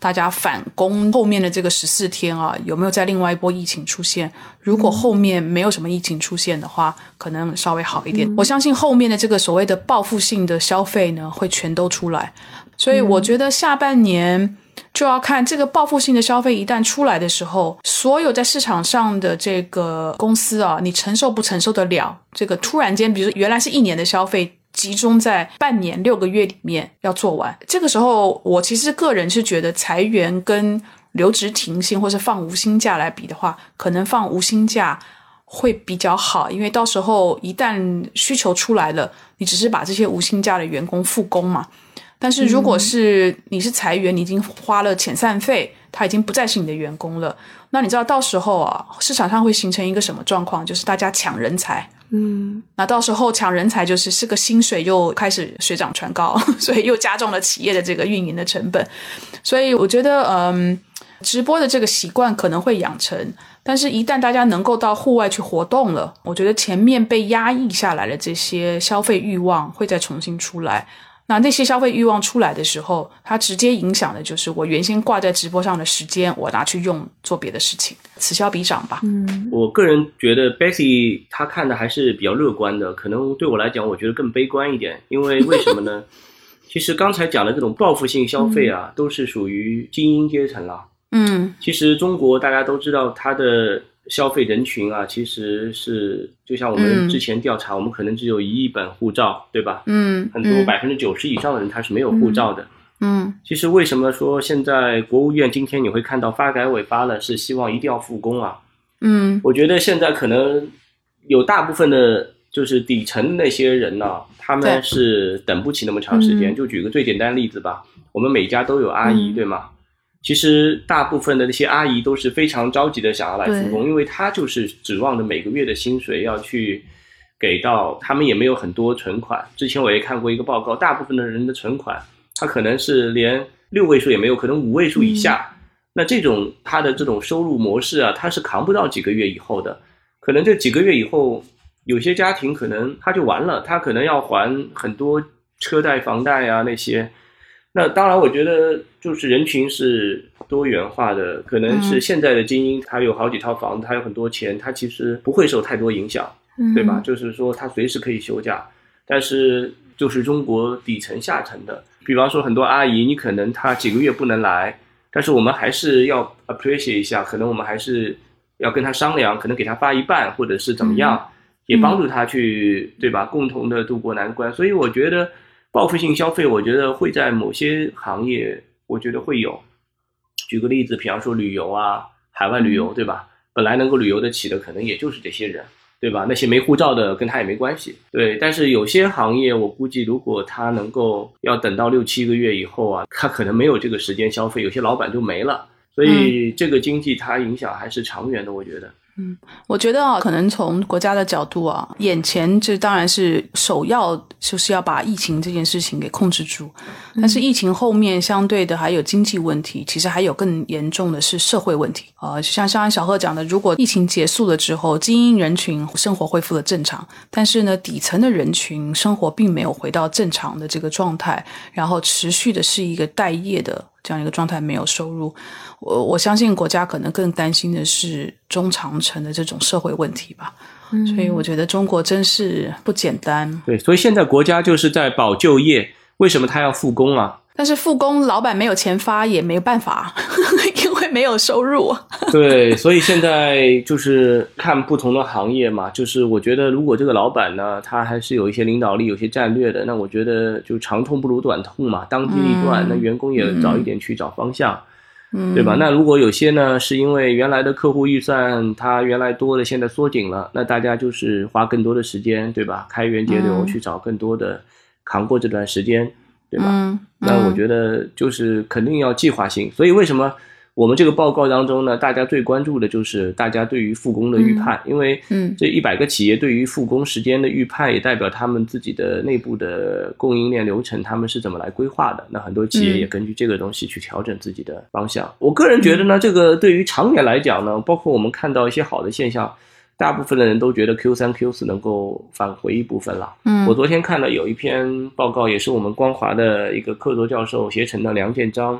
大家反攻后面的这个14天啊，有没有再另外一波疫情出现？如果后面没有什么疫情出现的话，可能稍微好一点。我相信后面的这个所谓的报复性的消费呢，会全都出来。所以我觉得下半年就要看这个报复性的消费一旦出来的时候，所有在市场上的这个公司啊，你承受不承受得了这个突然间，比如说原来是1年的消费集中在半年6个月里面要做完，这个时候我其实个人是觉得裁员跟留职停薪或是放无薪假来比的话，可能放无薪假会比较好，因为到时候一旦需求出来了，你只是把这些无薪假的员工复工嘛。但是如果是你是裁员，你已经花了遣散费，他已经不再是你的员工了，那你知道到时候啊，市场上会形成一个什么状况？就是大家抢人才。那到时候抢人才就是个薪水又开始水涨船高，所以又加重了企业的这个运营的成本。所以我觉得直播的这个习惯可能会养成，但是一旦大家能够到户外去活动了，我觉得前面被压抑下来的这些消费欲望会再重新出来。那些消费欲望出来的时候，它直接影响的就是我原先挂在直播上的时间，我拿去用做别的事情，此消彼长吧。 我个人觉得 Bessy 她看的还是比较乐观的，可能对我来讲我觉得更悲观一点。因为为什么呢？其实刚才讲的这种报复性消费啊，都是属于精英阶层了。其实中国大家都知道它的消费人群啊，其实是就像我们之前调查，我们可能只有1亿本护照，对吧？很多90%以上的人他是没有护照的。其实为什么说现在国务院今天你会看到发改委发了是希望一定要复工啊？我觉得现在可能有大部分的就是底层那些人呢，他们是等不起那么长时间。就举个最简单的例子吧，我们每家都有阿姨，对吗？其实大部分的那些阿姨都是非常着急的想要来复工，因为她就是指望着每个月的薪水要去给到，他们也没有很多存款。之前我也看过一个报告，大部分的人的存款他可能是连6位数也没有，可能5位数以下。那这种他的这种收入模式啊，他是扛不到几个月以后的。可能这几个月以后，有些家庭可能他就完了，他可能要还很多车贷房贷啊那些。那当然我觉得就是人群是多元化的，可能是现在的精英他有好几套房子，他有很多钱，他其实不会受太多影响，对吧？就是说他随时可以休假。但是就是中国底层下层的，比方说很多阿姨，你可能她几个月不能来，但是我们还是要 appreciate 一下，可能我们还是要跟她商量，可能给她发一半或者是怎么样，也帮助她去，对吧？共同的度过难关。所以我觉得报复性消费，我觉得会在某些行业，我觉得会有。举个例子，比方说旅游啊，海外旅游，对吧？本来能够旅游得起的，可能也就是这些人，对吧？那些没护照的跟他也没关系，对。但是有些行业，我估计如果他能够要等到6、7个月以后啊，他可能没有这个时间消费，有些老板就没了。所以这个经济它影响还是长远的，我觉得。 我觉得可能从国家的角度啊，眼前这当然是首要，就是要把疫情这件事情给控制住。但是疫情后面相对的还有经济问题，其实还有更严重的是社会问题。像刚才小贺讲的，如果疫情结束了之后，精英人群生活恢复了正常，但是呢，底层的人群生活并没有回到正常的这个状态，然后持续的是一个待业的这样一个状态，没有收入。我相信国家可能更担心的是中长程的这种社会问题吧。所以我觉得中国真是不简单。 对，所以现在国家就是在保就业，为什么他要复工啊？ 但是复工老板没有钱发也没有办法，因为没有收入。 对，所以现在就是看不同的行业嘛，就是我觉得如果这个老板呢，他还是有一些领导力，有些战略的，那我觉得就长痛不如短痛嘛，当机立断，那员工也早一点去找方向。对吧？那如果有些呢，是因为原来的客户预算他原来多的现在缩紧了，那大家就是花更多的时间，对吧？开源节流去找更多的扛过这段时间，对吧？那我觉得就是肯定要计划性。所以为什么我们这个报告当中呢，大家最关注的就是大家对于复工的预判，因为这100个企业对于复工时间的预判，也代表他们自己的内部的供应链流程，他们是怎么来规划的。那很多企业也根据这个东西去调整自己的方向。我个人觉得呢，这个对于长远来讲呢，包括我们看到一些好的现象，大部分的人都觉得 Q3、Q4 能够返回一部分了。我昨天看了有一篇报告，也是我们光华的一个客座教授写成的梁建章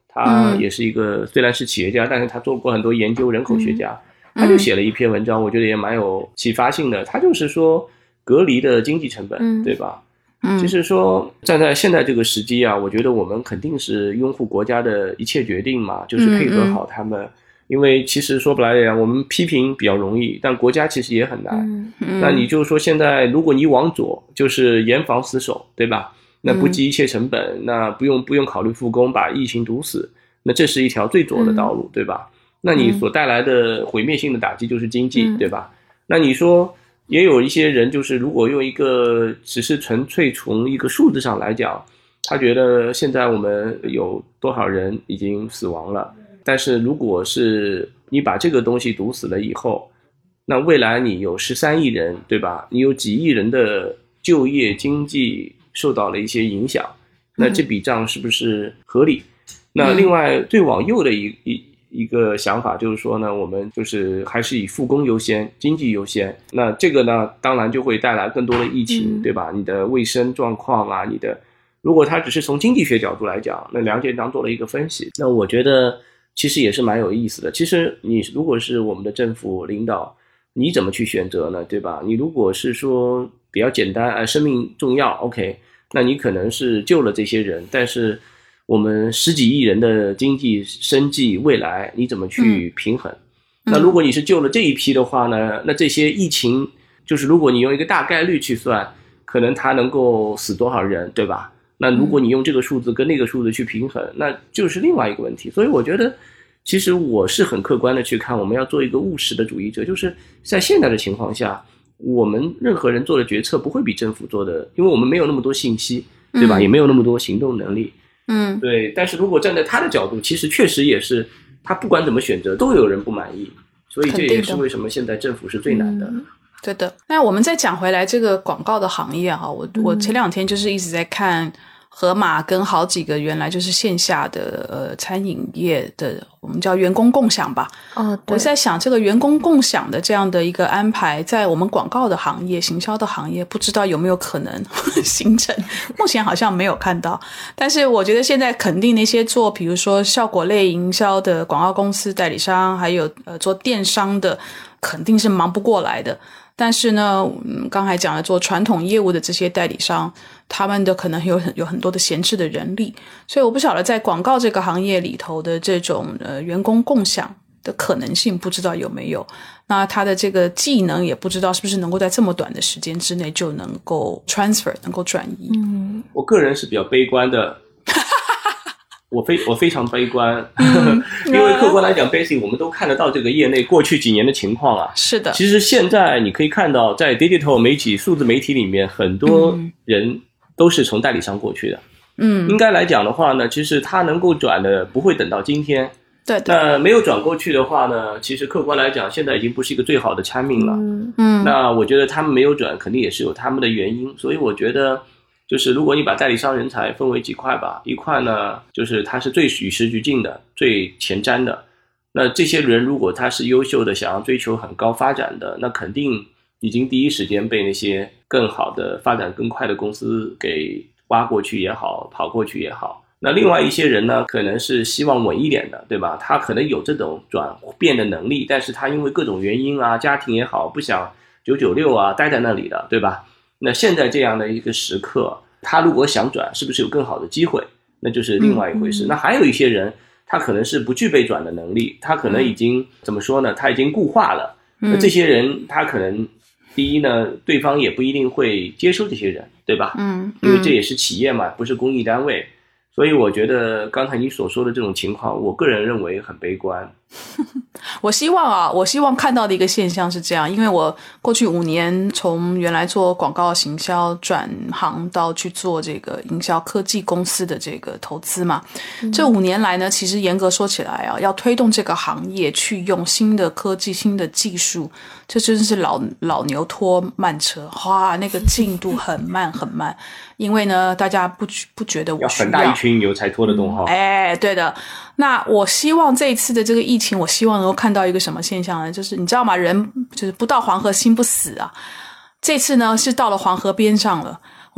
他也是一个虽然是企业家，但是他做过很多研究，人口学家，他就写了一篇文章，我觉得也蛮有启发性的。他就是说隔离的经济成本，对吧？就是说站在现在这个时机啊，我觉得我们肯定是拥护国家的一切决定嘛，就是配合好他们。因为其实说白了呀，我们批评比较容易，但国家其实也很难。那你就说现在如果你往左，就是严防死守，对吧？那不计一切成本，那不用考虑复工，把疫情堵死，那这是一条最左的道路，对吧？那你所带来的毁灭性的打击就是经济，对吧？那你说也有一些人，就是如果用一个只是纯粹从一个数字上来讲，他觉得现在我们有多少人已经死亡了，但是如果是你把这个东西堵死了以后，那未来你有13亿人，对吧？你有几亿人的就业经济受到了一些影响，那这笔账是不是合理？那另外最往右的一个想法就是说呢，我们就是还是以复工优先，经济优先。那这个呢，当然就会带来更多的疫情，对吧？你的卫生状况啊，如果它只是从经济学角度来讲，那梁建章做了一个分析，那我觉得其实也是蛮有意思的。其实你如果是我们的政府领导，你怎么去选择呢？对吧？你如果是说比较简单，生命重要 ，OK， 那你可能是救了这些人，但是我们10几亿人的经济生计未来你怎么去平衡？那如果你是救了这一批的话呢，那这些疫情就是如果你用一个大概率去算，可能它能够死多少人，对吧？那如果你用这个数字跟那个数字去平衡，那就是另外一个问题。所以我觉得其实我是很客观的去看，我们要做一个务实的主义者，就是在现在的情况下，我们任何人做的决策不会比政府做的，因为我们没有那么多信息，对吧？也没有那么多行动能力。对。但是如果站在他的角度，其实确实也是他不管怎么选择都有人不满意，所以这也是为什么现在政府是最难的。 对的。那我们再讲回来这个广告的行业哈，我前2天就是一直在看盒马跟好几个原来就是线下的餐饮业的，我们叫员工共享吧。我在想这个员工共享的这样的一个安排，在我们广告的行业、行销的行业，不知道有没有可能形成？目前好像没有看到，但是我觉得现在肯定那些做比如说效果类营销的广告公司、代理商，还有做电商的，肯定是忙不过来的。但是呢，刚才讲的做传统业务的这些代理商，他们的可能有很多的闲置的人力，所以我不晓得在广告这个行业里头的这种员工共享的可能性，不知道有没有。那他的这个技能也不知道是不是能够在这么短的时间之内就能够 transfer 能够转移。 我个人是比较悲观的。我非常悲观，因为客观来讲 ，basic 我们都看得到这个业内过去几年的情况啊。 是的， 其实现在你可以看到，在 digital 媒体、数字媒体里面，很多人都是从代理商过去的。应该来讲的话呢，其实他能够转的不会等到今天。 对。 那没有转过去的话呢，其实客观来讲，现在已经不是一个最好的timing了。那我觉得他们没有转，肯定也是有他们的原因。所以我觉得。就是如果你把代理商人才分为几块吧，一块呢就是他是最与时俱进的、最前瞻的，那这些人如果他是优秀的，想要追求很高发展的，那肯定已经第一时间被那些更好的发展更快的公司给挖过去也好，跑过去也好。那另外一些人呢，可能是希望稳一点的，对吧？他可能有这种转变的能力，但是他因为各种原因啊，家庭也好，不想996啊待在那里的，对吧？那现在这样的一个时刻，他如果想转，是不是有更好的机会？那就是另外一回事。那还有一些人，他可能是不具备转的能力，他可能已经怎么说呢？他已经固化了。那这些人，他可能第一呢，对方也不一定会接收这些人，对吧？因为这也是企业嘛，不是公益单位。所以我觉得刚才你所说的这种情况，我个人认为很悲观。 我希望看到的一个现象是这样，因为我过去5年从原来做广告行销转行到去做这个营销科技公司的这个投资嘛，这5年来呢，其实严格说起来啊，要推动这个行业去用新的科技、新的技术，这真是老牛拖慢车，哇，那个进度很慢很慢。因为呢，大家不觉得我需要很大一群牛才拖得动哈。 对的。那我希望这一次的这个疫情，我希望能够看到一个什么现象呢？就是你知道吗？人就是不到黄河心不死啊。这次呢是到了黄河边上了。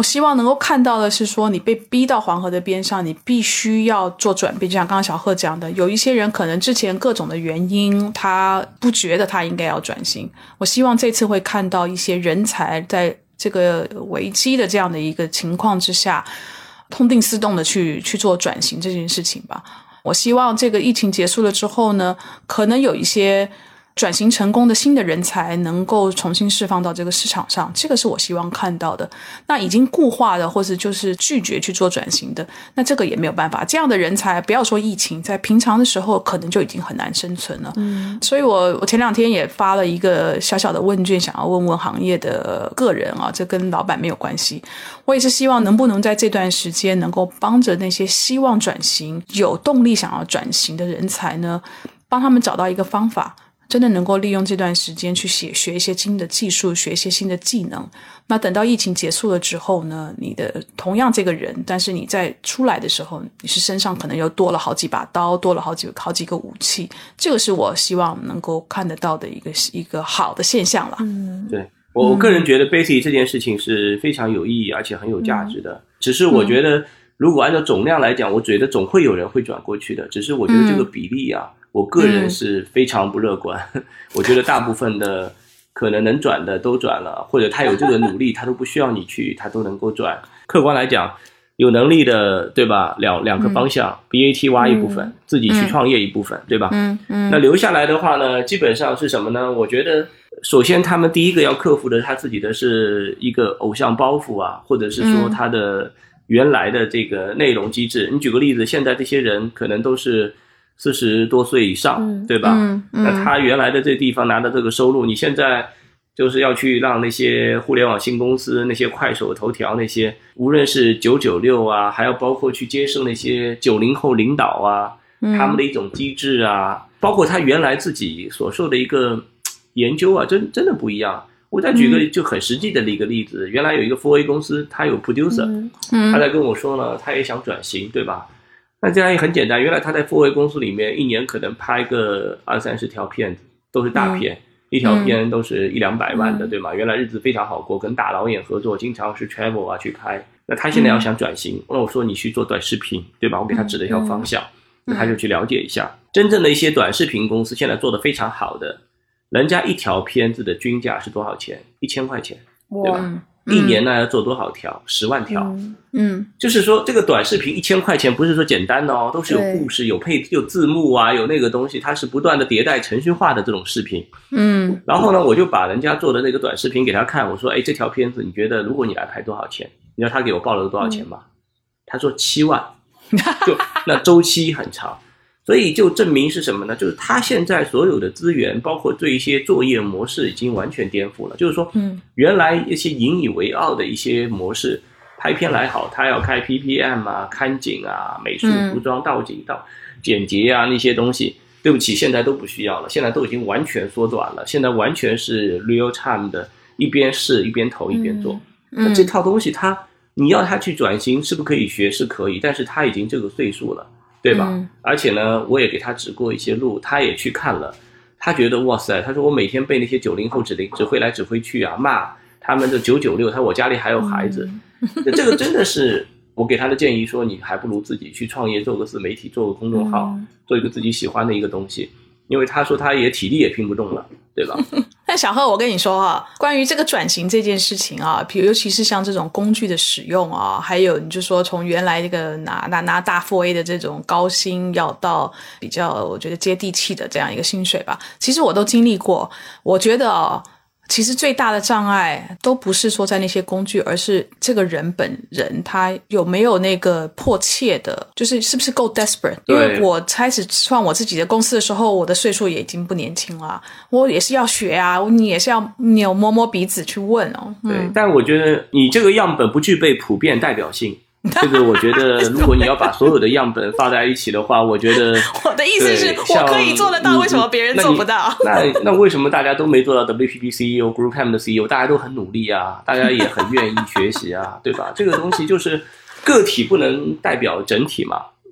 我希望能够看到的是说，你被逼到黄河的边上，你必须要做转变。就像刚刚小贺讲的，有一些人可能之前各种的原因，他不觉得他应该要转型。我希望这次会看到一些人才在这个危机的这样的一个情况之下，痛定思痛的去做转型这件事情吧。我希望这个疫情结束了之后呢，可能有一些转型成功的新的人才能够重新释放到这个市场上，这个是我希望看到的。那已经固化的或者就是拒绝去做转型的，那这个也没有办法。这样的人才不要说疫情，在平常的时候可能就已经很难生存了。所以我前2天也发了一个小小的问卷，想要问问行业的个人啊，这跟老板没有关系。我也是希望能不能在这段时间能够帮着那些希望转型、有动力想要转型的人才呢，帮他们找到一个方法，真的能够利用这段时间去学一些新的技术，学一些新的技能。那等到疫情结束了之后呢，你的同样这个人，但是你在出来的时候，你是身上可能又多了好几把刀，多了好几个武器。这个是我希望能够看得到的一个好的现象了。 对，我个人觉得 Basic 这件事情是非常有意义而且很有价值的。只是我觉得如果按照总量来讲，我觉得总会有人会转过去的。只是我觉得这个比例啊，我个人是非常不乐观。我觉得大部分的可能能转的都转了，或者他有这个努力，他都不需要你去，他都能够转。客观来讲，有能力的，对吧？两个方向，BAT 挖一部分，自己去创业一部分，对吧？那留下来的话呢，基本上是什么呢？我觉得首先他们第一个要克服的，他自己的是一个偶像包袱啊，或者是说他的原来的这个内容机制。你举个例子，现在这些人可能都是40多岁以上，对吧？那他原来的这地方拿的这个收入，你现在就是要去让那些互联网新公司，那些快手、头条那些，无论是996啊，还要包括去接受那些90后领导啊，他们的一种机制啊，包括他原来自己所受的一个研究啊，真的不一样。我再举个就很实际的一个例子，原来有一个 4A 公司，他有 producer，他在跟我说呢，他也想转型，对吧？那这样也很简单，原来他在 4A 公司里面一年可能拍个20-30条片子，都是大片，一条片都是100-200万的，对吗？原来日子非常好过，跟大导演合作，经常是 travel 啊去拍。那他现在要想转型，那我说你去做短视频，对吧？我给他指了一条方向，那他就去了解一下。真正的一些短视频公司现在做得非常好的，人家一条片子的均价是多少钱？1000块钱，对吧？一年呢要做多少条？10万条。就是说这个短视频1000块钱不是说简单的哦，都是有故事、有字幕啊，有那个东西，它是不断的迭代程序化的这种视频。然后呢，我就把人家做的那个短视频给他看，我说，这条片子你觉得如果你来拍多少钱？你知道他给我报了多少钱吗？他说7万，就那周期很长。所以就证明是什么呢？就是他现在所有的资源，包括对一些作业模式已经完全颠覆了。就是说，原来一些引以为傲的一些模式，拍片来好，他要开 PPM 啊、看景啊、美术、服装、倒景、剪辑啊那些东西，对不起，现在都不需要了，现在都已经完全缩短了，现在完全是 real time 的，一边试一边投一边做。那这套东西你要他去转型，是不是可以学？是可以，但是他已经这个岁数了。对吧？而且呢，我也给他指过一些路，他也去看了，他觉得哇塞，他说我每天被那些90后指挥来指挥去啊，骂他们的996，他说我家里还有孩子，这个真的是我给他的建议说，你还不如自己去创业，做个自媒体，做个公众号，做一个自己喜欢的一个东西。因为他说他也体力也拼不动了，对吧？ 但小贺，我跟你说啊，关于这个转型这件事情啊，尤其是像这种工具的使用啊，还有你就说从原来这个拿大 4A 的这种高薪，要到比较我觉得接地气的这样一个薪水吧，其实我都经历过。我觉得其实最大的障碍都不是说在那些工具，而是这个人本人他有没有那个迫切的，就是是不是够 desperate。 因为我开始创我自己的公司的时候，我的岁数也已经不年轻了，我也是要学啊，你也是要摸摸鼻子去问哦。 对，但我觉得你这个样本不具备普遍代表性。这个我觉得如果你要把所有的样本放在一起的话，我觉得我的意思是我可以做得到，为什么别人做不到？ 那为什么大家都没做到 WPP CEO GroupM 的 CEO？ 大家都很努力啊，大家也很愿意学习啊，对吧？这个东西就是个体不能代表整体嘛，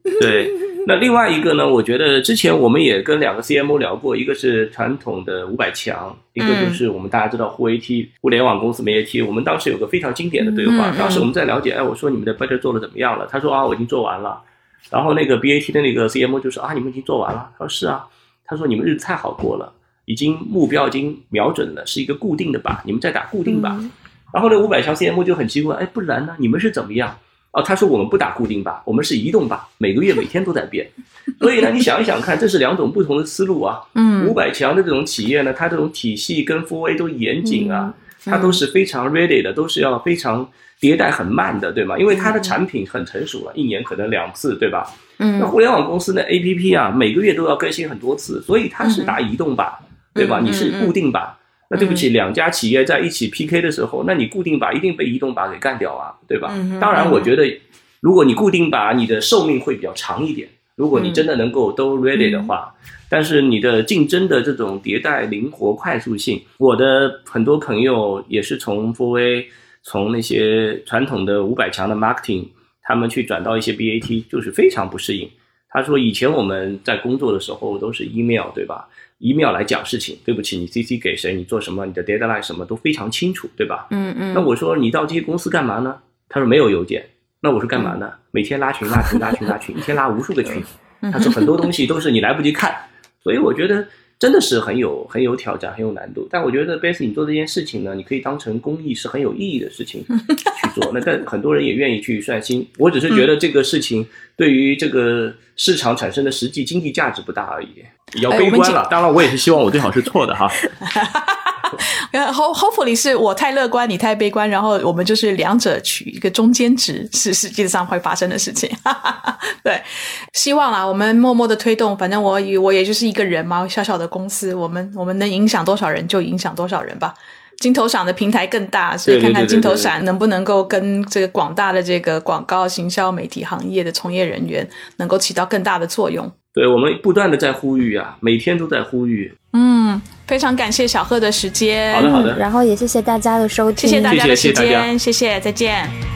对，那另外一个呢，我觉得之前我们也跟2个 CMO 聊过，一个是传统的500强，一个就是我们大家知道互 AT 互联网公司没 AT， 我们当时有个非常经典的对话，当时我们在了解，我说你们的 budget 做的怎么样了？他说我已经做完了。然后那个 BAT 的那个 CMO 就说你们已经做完了。他说是啊，他说你们日子太好过了，目标已经瞄准了，是一个固定的靶，你们再打固定靶。然后那500强 CMO 就很奇怪，不然呢？你们是怎么样？他说我们不打固定靶，我们是移动靶，每个月每天都在变。所以呢，你想一想看，这是2种不同的思路啊。500强的这种企业呢，它这种体系跟 4A 都严谨啊，它都是非常 ready 的，都是要非常迭代很慢的，对吗？因为它的产品很成熟了，1年可能2次，对吧？那互联网公司的 APP 啊，每个月都要更新很多次，所以它是打移动靶，对吧？你是固定靶。那对不起，2家企业在一起 PK 的时候，那你固定靶一定被移动靶给干掉啊，对吧？当然，我觉得如果你固定靶，你的寿命会比较长一点。如果你真的能够都 ready 的话，但是你的竞争的这种迭代灵活快速性，我的很多朋友也是从 4A 从那些传统的500强的 marketing， 他们去转到一些 BAT， 就是非常不适应。他说以前我们在工作的时候都是 email， 对吧？email 来讲事情，对不起，你 CC 给谁，你做什么，你的 deadline 什么都非常清楚，对吧？那我说你到这些公司干嘛呢？他说没有邮件。那我说干嘛呢？每天拉群，一天拉无数个群。他说很多东西都是你来不及看，所以我觉得真的是很有挑战，很有难度。但我觉得 Beth 你做这件事情呢，你可以当成公益，是很有意义的事情去做。那但很多人也愿意去算心，我只是觉得这个事情对于这个市场产生的实际经济价值不大而已。比较悲观了，当然我也是希望我最好是错的哈。 Hopefully 是我太乐观，你太悲观，然后我们就是两者取一个中间值，是实际上会发生的事情。对，希望啦，我们默默的推动，反正我也就是一个人嘛，小小的公司，我们能影响多少人就影响多少人吧。金投赏的平台更大，所以看看金投赏能不能够跟这个广大的这个广告行销媒体行业的从业人员能够起到更大的作用。 对，我们不断的在呼吁啊，每天都在呼吁。 非常感谢小贺的时间。 好的。 然后也谢谢大家的收听， 谢谢大家的时间，谢谢，再见。